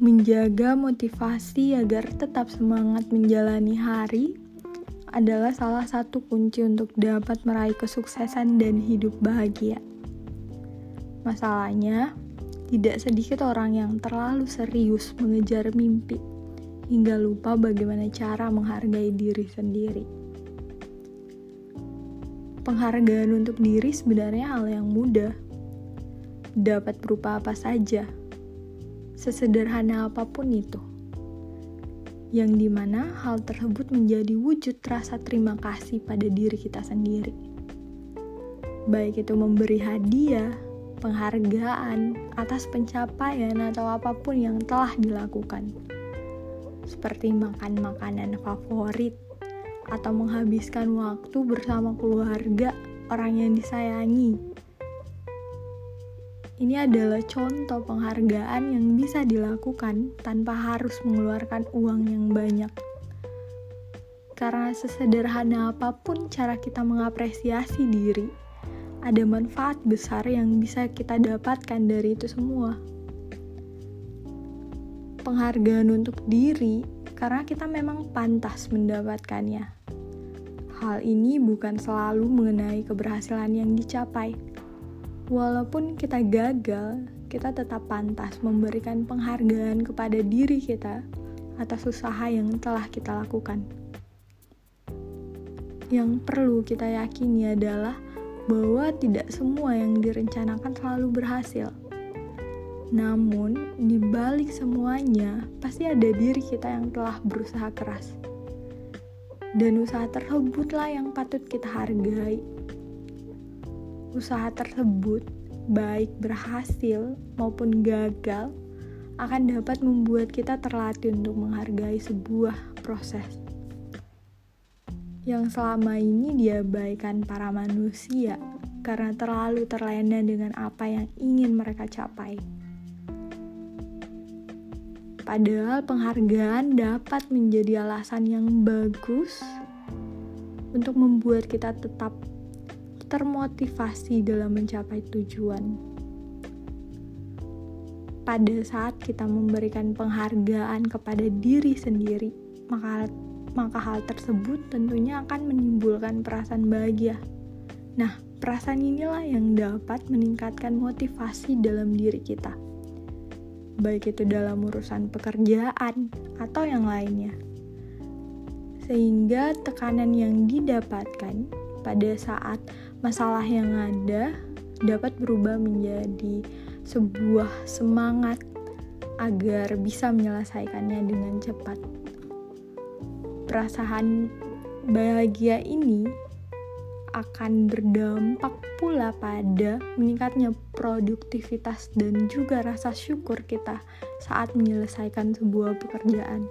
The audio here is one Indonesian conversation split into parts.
Menjaga motivasi agar tetap semangat menjalani hari adalah salah satu kunci untuk dapat meraih kesuksesan dan hidup bahagia. Masalahnya, tidak sedikit orang yang terlalu serius mengejar mimpi hingga lupa bagaimana cara menghargai diri sendiri. Penghargaan untuk diri sebenarnya hal yang mudah. Dapat berupa apa saja, sesederhana apapun itu, yang dimana hal tersebut menjadi wujud rasa terima kasih pada diri kita sendiri. Baik itu memberi hadiah, penghargaan atas pencapaian atau apapun yang telah dilakukan, seperti makan makanan favorit atau menghabiskan waktu bersama keluarga, orang yang disayangi. Ini adalah contoh penghargaan yang bisa dilakukan tanpa harus mengeluarkan uang yang banyak. Karena sesederhana apapun cara kita mengapresiasi diri, ada manfaat besar yang bisa kita dapatkan dari itu semua. Penghargaan untuk diri karena kita memang pantas mendapatkannya. Hal ini bukan selalu mengenai keberhasilan yang dicapai. Walaupun kita gagal, kita tetap pantas memberikan penghargaan kepada diri kita atas usaha yang telah kita lakukan. Yang perlu kita yakini adalah bahwa tidak semua yang direncanakan selalu berhasil. Namun, di balik semuanya, pasti ada diri kita yang telah berusaha keras. Dan usaha tersebutlah yang patut kita hargai. Usaha tersebut, baik berhasil maupun gagal, akan dapat membuat kita terlatih untuk menghargai sebuah proses yang selama ini diabaikan para manusia karena terlalu terlena dengan apa yang ingin mereka capai. Padahal penghargaan dapat menjadi alasan yang bagus untuk membuat kita tetap termotivasi dalam mencapai tujuan. Pada saat kita memberikan penghargaan kepada diri sendiri, maka hal tersebut tentunya akan menimbulkan perasaan bahagia. Nah, perasaan inilah yang dapat meningkatkan motivasi dalam diri kita, baik itu dalam urusan pekerjaan atau yang lainnya. Sehingga tekanan yang didapatkan pada saat masalah yang ada dapat berubah menjadi sebuah semangat agar bisa menyelesaikannya dengan cepat. Perasaan bahagia ini akan berdampak pula pada meningkatnya produktivitas dan juga rasa syukur kita saat menyelesaikan sebuah pekerjaan.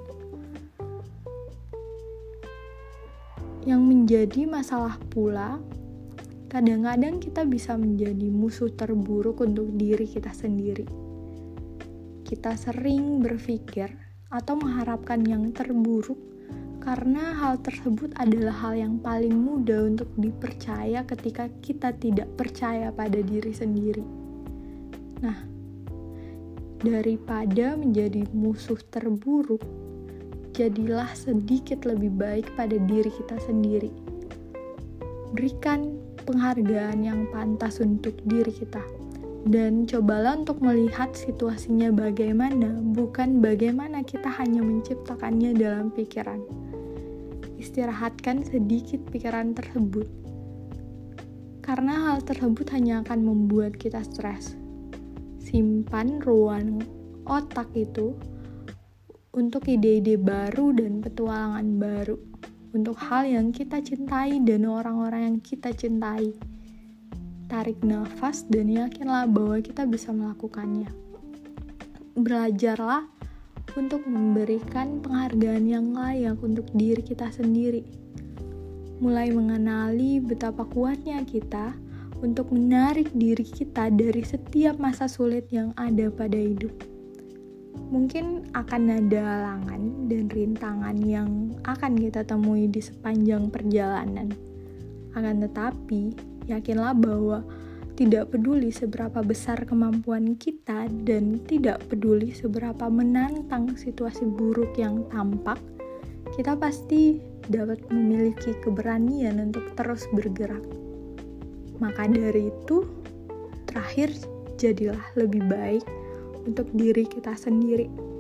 Yang menjadi masalah pula, kadang-kadang kita bisa menjadi musuh terburuk untuk diri kita sendiri. Kita sering berpikir atau mengharapkan yang terburuk karena hal tersebut adalah hal yang paling mudah untuk dipercaya ketika kita tidak percaya pada diri sendiri. Nah, daripada menjadi musuh terburuk, jadilah sedikit lebih baik pada diri kita sendiri. Berikan penghargaan yang pantas untuk diri kita. Dan cobalah untuk melihat situasinya bagaimana, bukan bagaimana kita hanya menciptakannya dalam pikiran. Istirahatkan sedikit pikiran tersebut. Karena hal tersebut hanya akan membuat kita stres. Simpan ruang otak itu untuk ide-ide baru dan petualangan baru, untuk hal yang kita cintai dan orang-orang yang kita cintai. Tarik nafas dan yakinlah bahwa kita bisa melakukannya. Belajarlah untuk memberikan penghargaan yang layak untuk diri kita sendiri. Mulai mengenali betapa kuatnya kita untuk menarik diri kita dari setiap masa sulit yang ada pada hidup. Mungkin akan ada halangan dan rintangan yang akan kita temui di sepanjang perjalanan. Akan tetapi, yakinlah bahwa tidak peduli seberapa besar kemampuan kita dan tidak peduli seberapa menantang situasi buruk yang tampak, kita pasti dapat memiliki keberanian untuk terus bergerak. Maka dari itu, terakhir jadilah lebih baik untuk diri kita sendiri.